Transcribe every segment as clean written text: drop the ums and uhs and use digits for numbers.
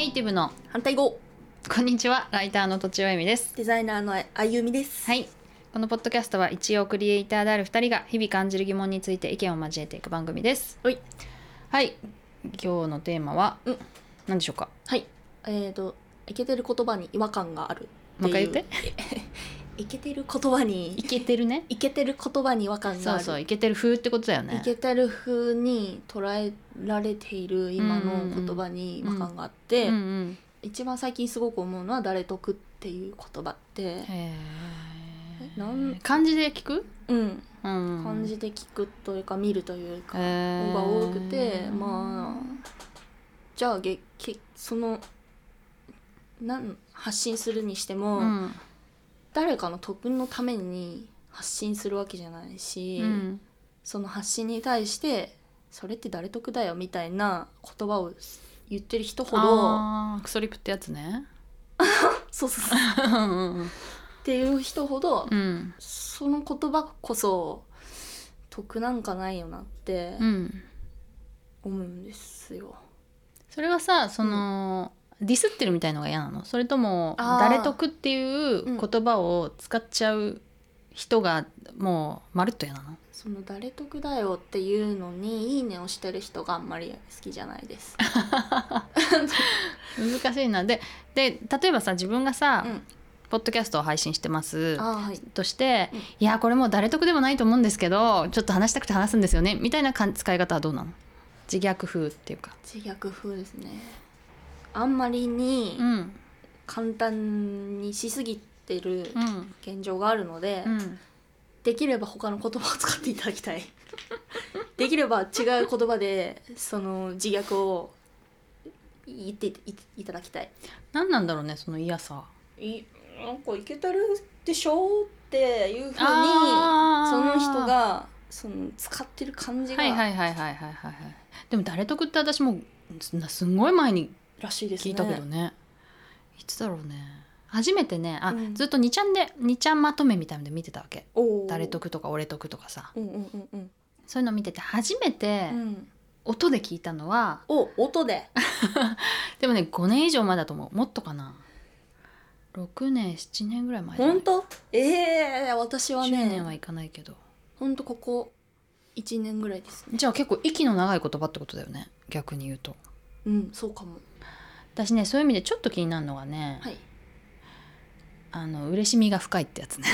イティブの反対語。 こんにちは、ライターのとちおえみです。 デザイナーのあゆみです。 はい、このポッドキャストは一応クリエイターである2人が日々感じる疑問について意見を交えていく番組です。 はい、 はい、今日のテーマは何でしょうか。 はい、イケてる言葉に違和感があるっていう。 もう一回言って。 イケてる言葉にイケてるね。 イケてる言葉に違和感がある。 そうそう、イケてる風ってことだよね。 イケてる風に捉えられている今の言葉に違和感があって、一番最近すごく思うのは誰得っていう言葉って、 漢字で聞く？ 漢字で聞くというか見るというかが多くて、まあじゃあその発信するにしても、誰かの得のために発信するわけじゃないし、その発信に対してそれって誰得だよみたいな言葉を言ってる人ほど、 クソリプってやつね。 そうっていう人ほど、その言葉こそ得なんかないよなって思うんですよ。 それはさ、その、ディスってるみたいのが嫌なの？それとも誰得っていう言葉を使っちゃう人がもうまるっと嫌なの？ その誰得だよっていうのにいいねをしてる人があんまり好きじゃないです。 難しいな。で例えばさ、自分がさ、ポッドキャストを配信してます、として、いやこれもう誰得でもないと思うんですけどちょっと話したくて話すんですよねみたいな使い方はどうなの？自虐風っていうか。自虐風ですね。あんまりに簡単にしすぎてる現状があるので、できれば他の言葉を使っていただきたい。できれば違う言葉でその自虐を言っていただきたい。 何なんだろうね、その嫌さ。 なんかいけたるでしょっていうふうにその人がその使ってる感じが。でも誰得って私もすんごい前に聞いたけどね。いつだろうね。初めてね、ずっと2ちゃんまとめみたいなので見てたわけ。誰得とか俺得とかさ、そういうの見てて初めて音で聞いたのは、 音ででもね5年以上前だと思う。もっとかな、6年7年ぐらい前。 本当？私はね 10年はいかないけど本当ここ1年ぐらいですね。 じゃあ結構息の長い言葉ってことだよね、逆に言うと。 そうかも。 私ね、そういう意味でちょっと気になるのがね、嬉しみが深いってやつね。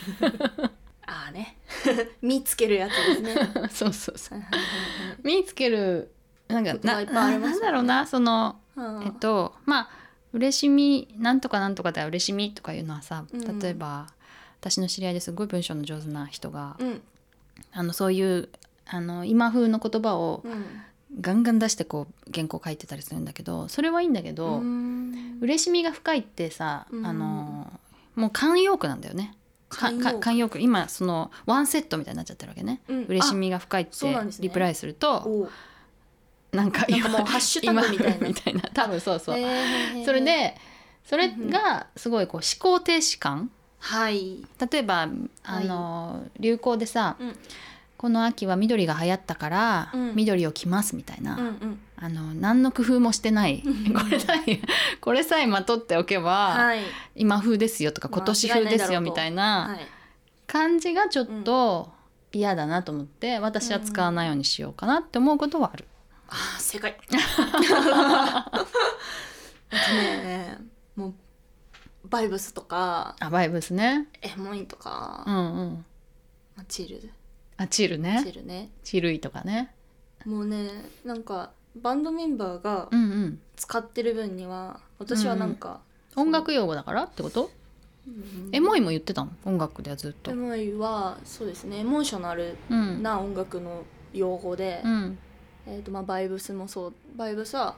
見つけるやつですね。 そう見つける、なんかなんだろうな、そのまあ嬉しみなんとかなんとかでは嬉しみとかいうのはさ、例えば私の知り合いですごい文章の上手な人が、そういう今風の言葉をガンガン出してこう原稿書いてたりするんだけど、それはいいんだけど、嬉しみが深いってさ、もう慣用句なんだよね。慣用句、今そのワンセットみたいになっちゃってるわけね。嬉しみが深いってリプライすると、なんかもうハッシュタグみたいな多分そう、それでそれがすごいこう思考停止感、例えば流行でさ、この秋は緑が流行ったから、緑を着ますみたいな、何の工夫もしてないこれさえまとっておけば、今風ですよとか今年風ですよみたいな感じがちょっと嫌だなと思って、私は使わないようにしようかなって思うことはある。 正解。もうバイブスとか、 バイブスね、 エモいとか、チルね、 チルイとかね。もうね、なんかバンドメンバーが使ってる分には、私はなんか、 音楽用語だからってこと？エモいも言ってたの？音楽ではずっと。 エモいはそうですね、エモーショナルな音楽の用語で、バイブスもそう。バイブスは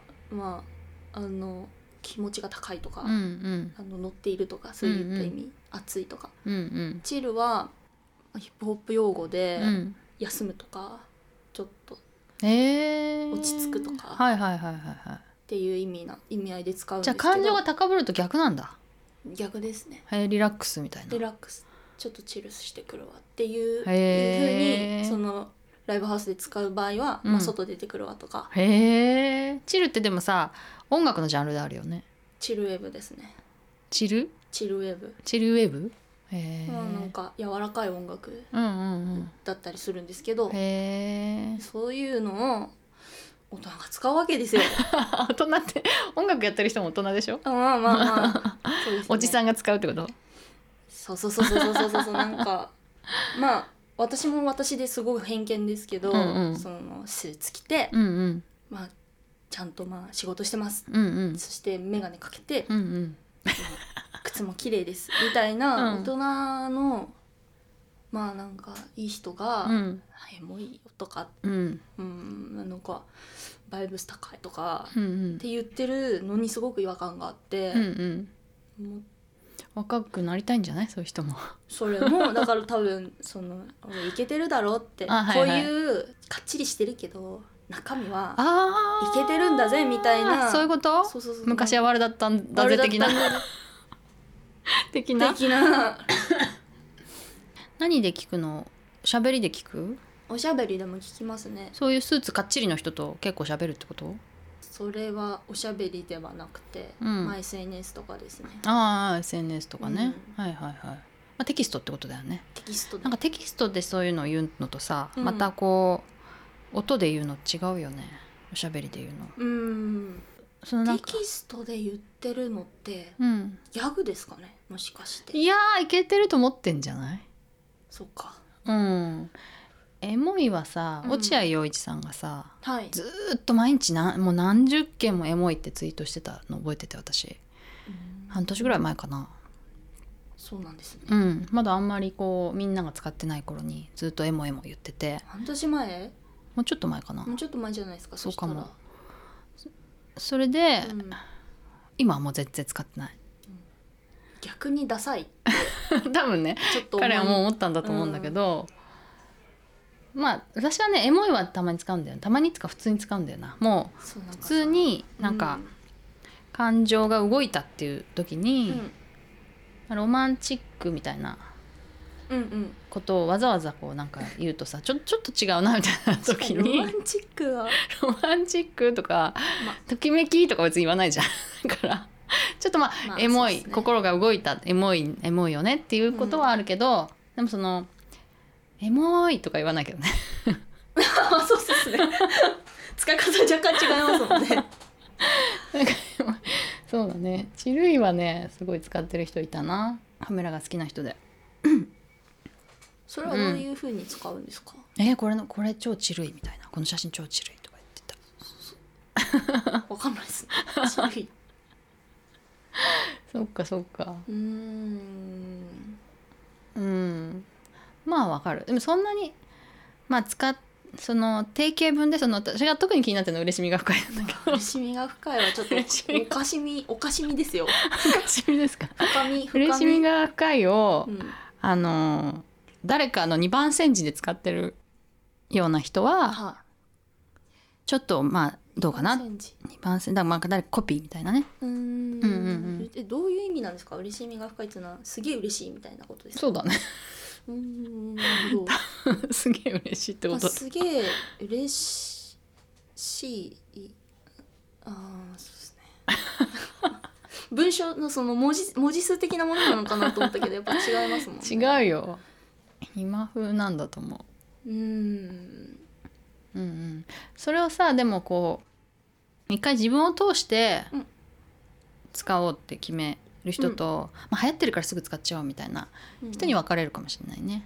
気持ちが高いとか、乗っているとか、そういった意味、熱いとか。チルはヒップホップ用語で、休むとかちょっと落ち着くとかっていう意味合いで使うんですけど。 じゃあ感情が高ぶると逆なんだ。 逆ですね。 リラックスみたいな。 リラックス、ちょっとチルしてくるわっていう風に、そのライブハウスで使う場合は、 うん外出てくるわとか。 へえ。チルってでもさ音楽のジャンルであるよね。 チルウェブですね。 チルチルウェブ。 チルウェブ。へえ。 なんか柔らかい音楽うんうんうんだったりするんですけど、 へえ。 そういうのを大人が使うわけですよ。 大人って音楽やってる人も大人でしょ。 まあまあまあそうですね。 おじさんが使うってこと。 そうそうそうそうそうそうそうなんかまあ私も私ですごい偏見ですけど、 うんうんそのスーツ着て、 うんうんまあちゃんとまあ仕事してます、 うんうんそして眼鏡かけて、 うんうん靴も綺麗ですみたいな大人の、まあなんかいい人が、 うんエモいよとか、 うんなんかバイブス高いとか、 うんうんって言ってるのにすごく違和感があって、 うんもう若くなりたいんじゃないそういう人も。 それもだから多分その俺イケてるだろってあ、はいはい、 こういうかっちりしてるけど中身はあイケてるんだぜみたいな。 そういうこと。 そうそうそう昔は悪だったんだぜ的な的な何で聞くの。喋りで聞く。 おしゃべりでも聞きますね。 そういうスーツかっちりの人と結構喋るってこと。 それはおしゃべりではなくて、まあ SNS とかですね。 ああ SNS とかね、はいはいはい、まあ、テキストってことだよね。 テキストでなんかテキストでそういうのを言うのとさ、またこう音で言うの違うよね。おしゃべりで言うの。そのなんかテキストで言ってるのって、 ギャグですかねもしかして。 いやーいけてると思ってんじゃない。 そっか。 エモいはさ、落合陽一さんがさ、ずっと毎日もう何十件もエモいってツイートしてたの覚えてて、私半年ぐらい前かな。 そうなんですね。 まだあんまりこうみんなが使ってない頃にずっとエモエモ言ってて。 半年前？ もうちょっと前かな。 もうちょっと前じゃないですか。 そうかも。それで、今はもう全然使ってない。 逆にダサい多分ね彼はもう思ったんだと思うんだけど、まあ私はねエモいはたまに使うんだよ。たまに普通に使うんだよな。もう普通になんか感情が動いたっていう時に、ロマンチックみたいなことをわざわざこうなんか言うとさ、ちょっと違うなみたいな時にロマンチックはロマンチックとか、ときめきとか別に言わないじゃん。だからちょっとエモい、心が動いた、エモいよねっていうことはあるけど、でもそのエモいとか言わないけどね。 そうですね。使い方若干違いますもんね。なんかそうだね。チルイはねすごい使ってる人いたな。カメラが好きな人で。 それはどういう風に使うんですか。 これ超チルイみたいな、この写真超チルイとか言ってた。わかんないですね。チルイ。 そっかそっか。まあわかる。でもそんなにまあその定型文で私が特に気になってるのは嬉しみが深いなんだけど。 嬉しみが深いはちょっとおかしみですよ。 おかしみですか。 深み嬉しみが深いを、誰かの2番煎じで使ってるような人は、ちょっとまあどうかな。2番煎じだからまあ誰かコピーみたいなね。 どういう意味なんですか。嬉しみが深いっていうのはすげえ嬉しいみたいなことですか。 そうだね。 なるほど。 すげえ嬉しいってこと。 すげえ嬉しい。そうですね。文章のその文字数的なものなのかなと思ったけどやっぱ違いますもんね。 違うよ。今風なんだと思う。それをさ、でもこう一回自分を通して使おうって決める人と、流行ってるからすぐ使っちゃおうみたいな人に分かれるかもしれないね。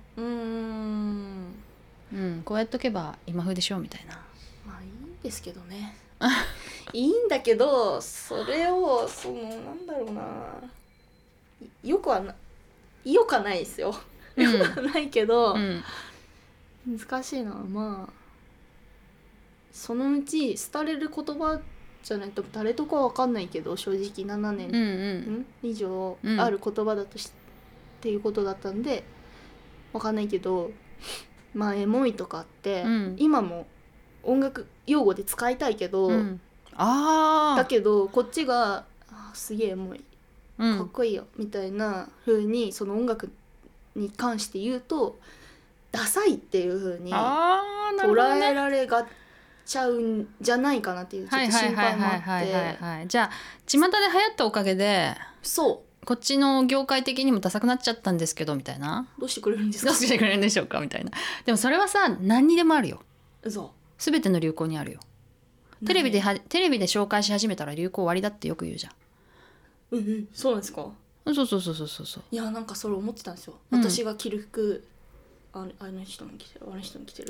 こうやっとけば今風でしょみたいな。 まあいいんですけどね。いいんだけどそれをなんだろうな、よくはないですよ。よくはないけど、難しいな。まあそのうち廃れる言葉じゃないと誰とかは分かんないけど、正直7年、以上ある言葉だとっていうことだったんで分かんないけど、まあエモいとかって、今も音楽用語で使いたいけど、だけどこっちがすげえエモいかっこいいよみたいな風にその音楽に関して言うとダサいっていう風に捉あーなるほどねえられがちゃうんじゃないかなっていうちょっと心配もあってじゃあ巷で流行ったおかげでそうこっちの業界的にもダサくなっちゃったんですけどみたいなどうしてくれるんですかどうしてくれるんでしょうかみたいなでもそれはさ何にでもあるよ嘘全ての流行にあるよテレビで紹介し始めたら流行終わりだってよく言うじゃんそうなんですかそういやなんかそれ思ってたんですよ、 うん私が着る服あの人も着てるあの人も着てる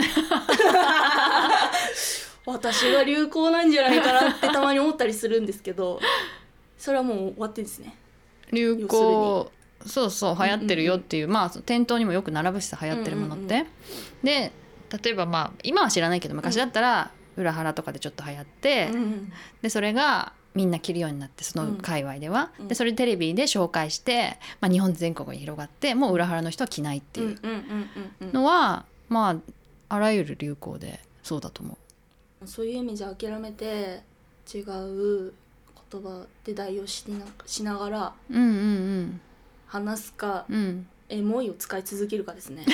私が流行なんじゃないかなってたまに思ったりするんですけどそれはもう終わってんですね流行そう流行ってるよっていう、まあ店頭にもよく並ぶしさ流行ってるものって、で例えばまあ今は知らないけど昔だったら裏腹とかでちょっと流行って、でそれがみんな着るようになってその界隈では、でそれテレビで紹介して、まあ、日本全国に広がってもう裏腹の人は着ないっていうのはまああらゆる流行でそうだと思うそういうイメージ諦めて違う言葉で代用しながら話すか、エモいを使い続けるかですね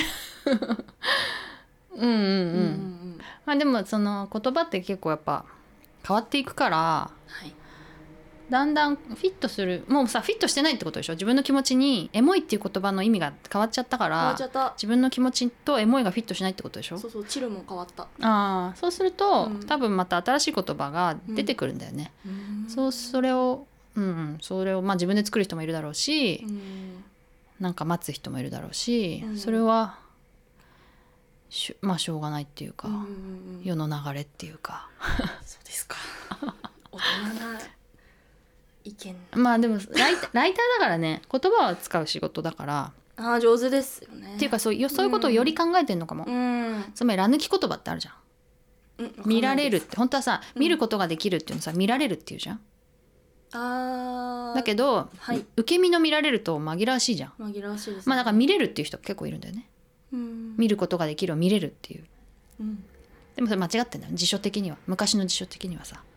まあでもその言葉って結構やっぱ変わっていくから、はい、だんだんフィットするもうさフィットしてないってことでしょ自分の気持ちにエモいっていう言葉の意味が変わっちゃったから自分の気持ちとエモいがフィットしないってことでしょそうチルも変わったそうすると、多分また新しい言葉が出てくるんだよね、それをまあ自分で作る人もいるだろうし、なんか待つ人もいるだろうし、それはまあしょうがないっていうか、世の流れっていうかそうですか大人な意見まあでもライターだからね言葉を使う仕事だから上手ですよねっていうかそういうことをより考えてんのかも、つまりら抜き言葉ってあるじゃん、見られるって本当はさ、見ることができるっていうのさ見られるっていうじゃんだけど、受け身の見られると紛らわしいじゃん紛らわしいですねまあだから見れるっていう人結構いるんだよね、見ることができるを見れるっていう、でもそれ間違ってんだよ辞書的には昔の辞書的にはさ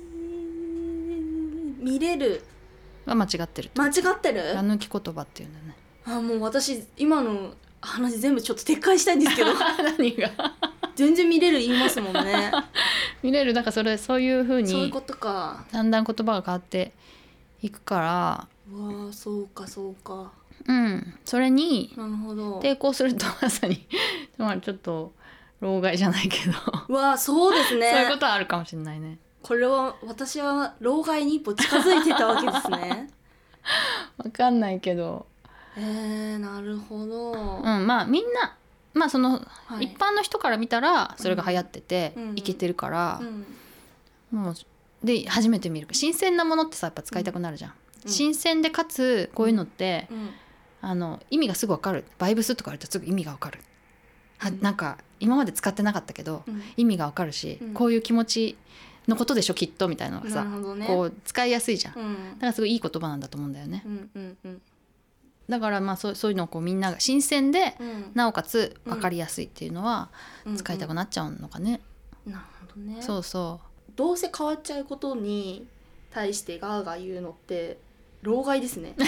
見れるは間違ってる間違ってるら抜き言葉っていうんだよねもう私今の話全部ちょっと撤回したいんですけど何が全然見れる言いますもんね見れるだからそういう風にそういうことかだんだん言葉が変わっていくからそうかそれになるほど抵抗するとまさにまあちょっと老害じゃないけどそうですねそういうことはあるかもしれないねこれは私は老害に一歩近づいてたわけですねわかんないけどなるほどまあみんなまあその、一般の人から見たらそれが流行ってて、イケてるから、もうで初めて見る新鮮なものってさやっぱ使いたくなるじゃん、新鮮でかつこういうのって、意味がすぐ分かるバイブスとかあるとすぐ意味が分かる、なんか今まで使ってなかったけど、意味が分かるし、こういう気持ちのことでしょきっとみたいなのがさ、こう使いやすいじゃん、だからすごいいい言葉なんだと思うんだよね、だからまあそういうのをこうみんなが新鮮で、なおかつ分かりやすいっていうのは使いたくなっちゃうのかね、 なるほどねそうどうせ変わっちゃうことに対してガーガー言うのって老害ですね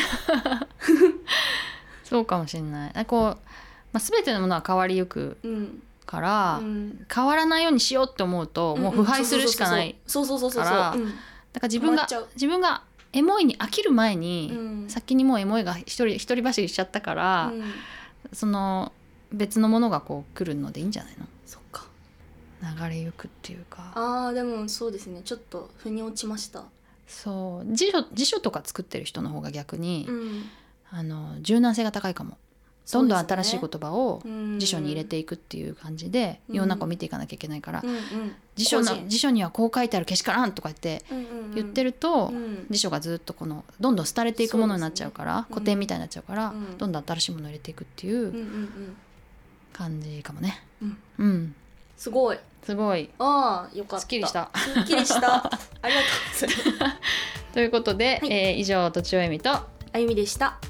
そうかもしれないこう、全てのものは変わりゆくから、変わらないようにしようって思うと、もう腐敗するしかないからだから自分がエモいに飽きる前に、先にもうエモいが一人走りしちゃったから、その別のものがこう来るのでいいんじゃないの。 そっか流れゆくっていうかでもそうですねちょっと腑に落ちました。 そう辞書とか作ってる人の方が逆に、柔軟性が高いかも。どんどん新しい言葉を辞書に入れていくっていう感じで世の中を見ていかなきゃいけないから、辞書にはこう書いてあるけしからんとか言ってると、辞書がずっとどんどん廃れていくものになっちゃうから、古典みたいになっちゃうから、どんどん新しいものを入れていくっていう感じかもね。 すごいよかった。すっきりしたありがとうございますということで、以上とちおえみとあゆみでした。